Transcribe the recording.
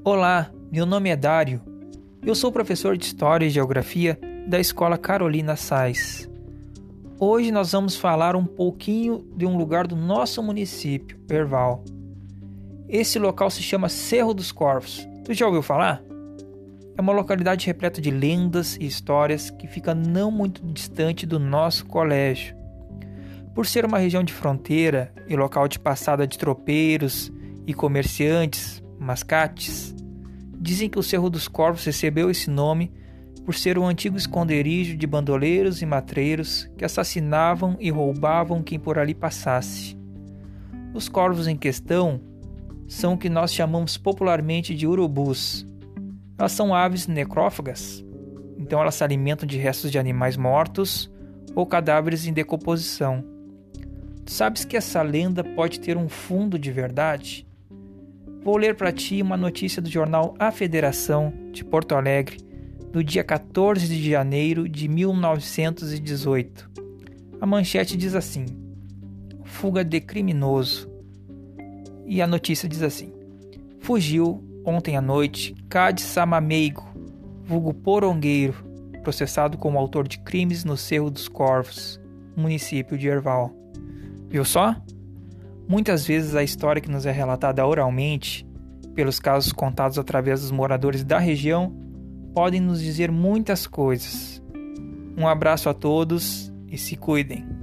Olá, meu nome é Dário. Eu sou professor de História e Geografia da Escola Carolina Sais. Hoje nós vamos falar um pouquinho de um lugar do nosso município, Herval. Esse local se chama Cerro dos Corvos. Tu já ouviu falar? É uma localidade repleta de lendas e histórias que fica não muito distante do nosso colégio. Por ser uma região de fronteira e local de passada de tropeiros e comerciantes, mascates, dizem que o Cerro dos Corvos recebeu esse nome por ser um antigo esconderijo de bandoleiros e matreiros que assassinavam e roubavam quem por ali passasse. Os corvos em questão são o que nós chamamos popularmente de urubus. Elas são aves necrófagas, então elas se alimentam de restos de animais mortos ou cadáveres em decomposição. Tu sabes que essa lenda pode ter um fundo de verdade? Vou ler para ti uma notícia do jornal A Federação de Porto Alegre, do dia 14 de janeiro de 1918. A manchete diz assim: fuga de criminoso. E a notícia diz assim: fugiu ontem à noite Cade Samameigo, vulgo Porongueiro, processado como autor de crimes no Cerro dos Corvos, município de Herval. Viu só? Muitas vezes a história que nos é relatada oralmente, pelos casos contados através dos moradores da região, podem nos dizer muitas coisas. Um abraço a todos e se cuidem.